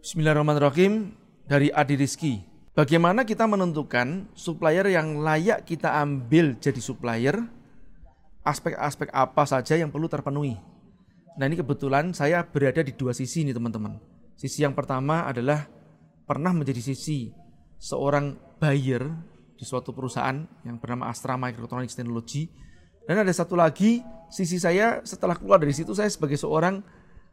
Bismillahirrahmanirrahim. Dari Adi Rizky. Bagaimana kita menentukan supplier yang layak kita ambil jadi supplier? Aspek-aspek apa saja yang perlu terpenuhi? Nah, ini kebetulan saya berada di dua sisi nih teman-teman. Sisi yang pertama adalah pernah menjadi sisi seorang buyer di suatu perusahaan yang bernama Astra Microelectronics Technology. Dan ada satu lagi sisi saya setelah keluar dari situ, saya sebagai seorang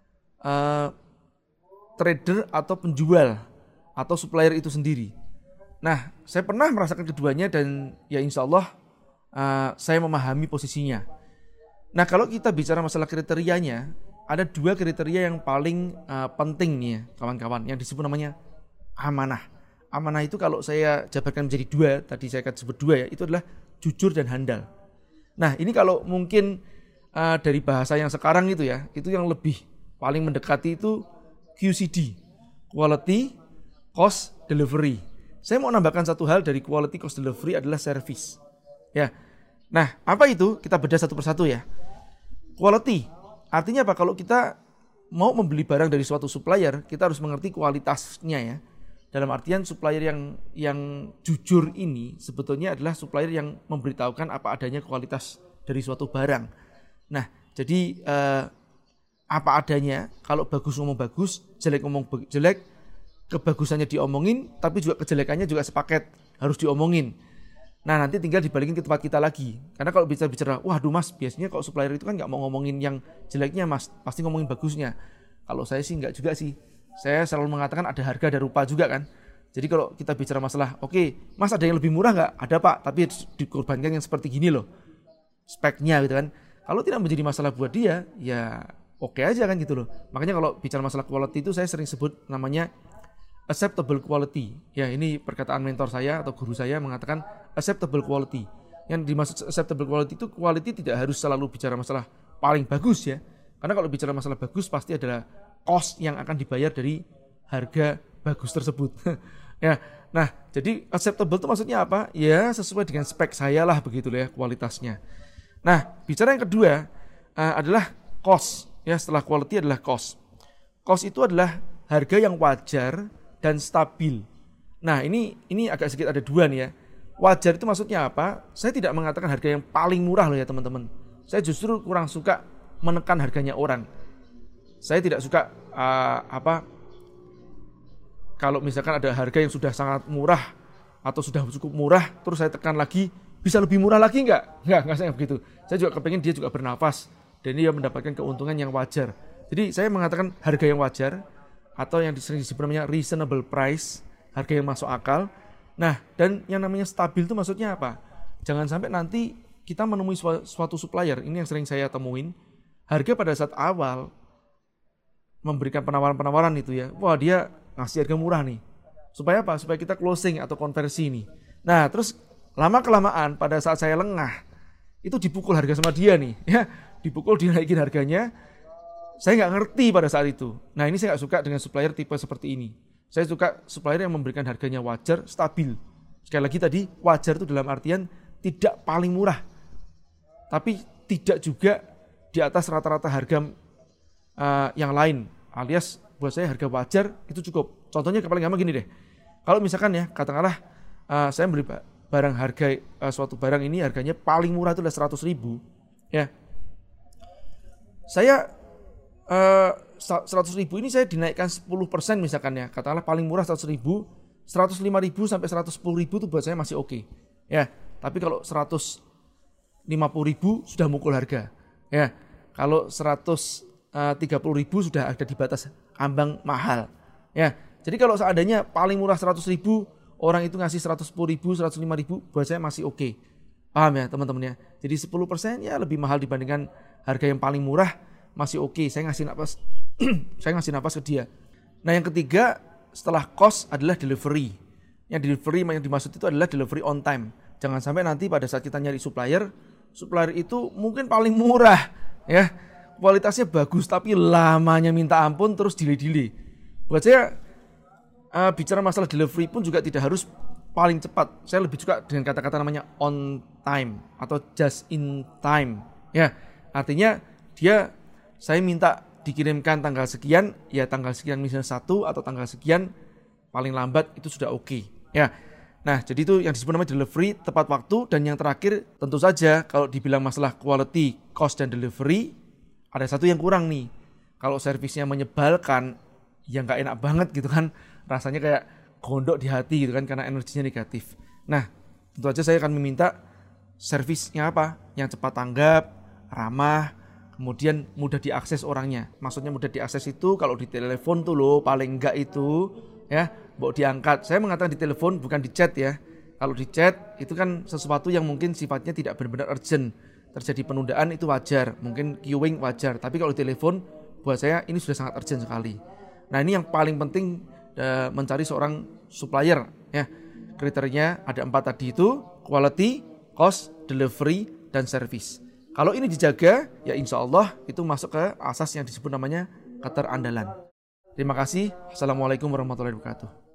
trader atau penjual atau supplier itu sendiri. Nah, saya pernah merasakan keduanya dan ya insya Allah saya memahami posisinya. Nah, kalau kita bicara masalah kriterianya, ada dua kriteria yang paling penting nih ya kawan-kawan, yang disebut namanya amanah. Amanah itu kalau saya jabarkan menjadi dua, tadi saya akan sebut dua ya, itu adalah jujur dan handal. Nah, ini kalau mungkin dari bahasa yang sekarang itu ya, itu yang lebih paling mendekati itu QCD, Quality Cost Delivery. Saya mau nambahkan satu hal dari Quality Cost Delivery adalah service. Ya. Nah, apa itu? Kita bedah satu persatu ya. Quality artinya apa? Kalau kita mau membeli barang dari suatu supplier, kita harus mengerti kualitasnya ya. Dalam artian supplier yang jujur ini sebetulnya adalah supplier yang memberitahukan apa adanya kualitas dari suatu barang. Nah, jadi apa adanya, kalau bagus ngomong bagus, jelek ngomong jelek, kebagusannya diomongin, tapi juga kejelekannya juga sepaket, harus diomongin. Nah, nanti tinggal dibalikin ke tempat kita lagi. Karena kalau bicara, waduh mas, biasanya kalau supplier itu kan nggak mau ngomongin yang jeleknya mas, pasti ngomongin bagusnya. Kalau saya sih nggak juga sih. Saya selalu mengatakan ada harga, ada rupa juga kan. Jadi kalau kita bicara masalah, oke, mas ada yang lebih murah nggak? Ada pak, tapi dikorbankan yang seperti gini loh, speknya gitu kan. Kalau tidak menjadi masalah buat dia, ya oke aja kan gitu loh. Makanya kalau bicara masalah quality itu saya sering sebut namanya acceptable quality. Ya, ini perkataan mentor saya atau guru saya mengatakan acceptable quality. Yang dimaksud acceptable quality itu quality tidak harus selalu bicara masalah paling bagus ya. Karena kalau bicara masalah bagus pasti adalah cost yang akan dibayar dari harga bagus tersebut. Ya. Nah, jadi acceptable itu maksudnya apa? Ya, sesuai dengan spek saya lah begitu ya kualitasnya. Nah, bicara yang kedua adalah cost. Ya, setelah quality adalah cost. Cost itu adalah harga yang wajar dan stabil. Nah, ini agak sedikit ada dua nih ya. Wajar itu maksudnya apa? Saya tidak mengatakan harga yang paling murah loh ya teman-teman. Saya justru kurang suka menekan harganya orang. Saya tidak suka kalau misalkan ada harga yang sudah sangat murah atau sudah cukup murah, terus saya tekan lagi, bisa lebih murah lagi enggak saya begitu. Saya juga kepengen dia juga bernafas dan dia mendapatkan keuntungan yang wajar. Jadi saya mengatakan harga yang wajar atau yang sering disebut namanya reasonable price, harga yang masuk akal. Nah, dan yang namanya stabil itu maksudnya apa? Jangan sampai nanti kita menemui suatu supplier, ini yang sering saya temuin, harga pada saat awal memberikan penawaran-penawaran itu ya, wah dia ngasih harga murah nih. Supaya apa? Supaya kita closing atau konversi nih. Nah, terus lama-kelamaan pada saat saya lengah, itu dipukul harga sama dia nih, ya. Dipukul, dinaikin harganya. Saya nggak ngerti pada saat itu. Nah, ini saya nggak suka dengan supplier tipe seperti ini. Saya suka supplier yang memberikan harganya wajar, stabil. Sekali lagi tadi, wajar itu dalam artian tidak paling murah, tapi tidak juga di atas rata-rata harga yang lain. Alias buat saya harga wajar itu cukup. Contohnya paling gampang gini deh. Kalau misalkan ya, katakanlah saya beli barang harga suatu barang ini harganya paling murah itu adalah 100.000, ya. Saya 100.000 ini saya dinaikkan 10% misalkan ya. Katakanlah paling murah 100.000, 105.000 sampai 110.000 itu buat saya masih oke. Ya, tapi kalau 150.000 sudah mukul harga. Ya, kalau 130.000 sudah ada di batas ambang mahal. Ya, jadi kalau seandainya paling murah 100.000, orang itu ngasih 110.000, 105.000, buat saya masih oke. Paham ya teman-teman ya? Jadi 10% ya lebih mahal dibandingkan harga yang paling murah, masih oke. Saya ngasih napas saya ngasih napas ke dia. Nah, yang ketiga setelah cost adalah delivery. Yang delivery yang dimaksud itu adalah delivery on time. Jangan sampai nanti pada saat kita nyari supplier itu mungkin paling murah ya. Kualitasnya bagus tapi lamanya minta ampun, terus delay. Buat saya bicara masalah delivery pun juga tidak harus paling cepat. Saya lebih suka dengan kata-kata namanya on time atau just in time. Ya, artinya saya minta dikirimkan tanggal sekian, ya tanggal sekian misalnya 1 atau tanggal sekian paling lambat itu sudah oke. Ya. Nah, jadi itu yang disebut namanya delivery tepat waktu. Dan yang terakhir tentu saja kalau dibilang masalah quality, cost dan delivery, ada satu yang kurang nih. Kalau servisnya menyebalkan, ya nggak enak banget gitu kan. Rasanya kayak gondok di hati gitu kan karena energinya negatif. Nah, tentu saja saya akan meminta servisnya apa? Yang cepat tanggap, ramah, kemudian mudah diakses orangnya. Maksudnya mudah diakses itu kalau di telepon tuh loh paling enggak itu ya, mau diangkat. Saya mengatakan di telepon bukan di chat ya. Kalau di chat itu kan sesuatu yang mungkin sifatnya tidak benar-benar urgent. Terjadi penundaan itu wajar, mungkin queuing wajar. Tapi kalau di telepon buat saya ini sudah sangat urgent sekali. Nah, ini yang paling penting mencari seorang supplier ya. Kriterianya ada 4 tadi itu, quality, cost, delivery, dan service. Kalau ini dijaga, ya insya Allah itu masuk ke asas yang disebut namanya keterandalan. Terima kasih. Assalamualaikum warahmatullahi wabarakatuh.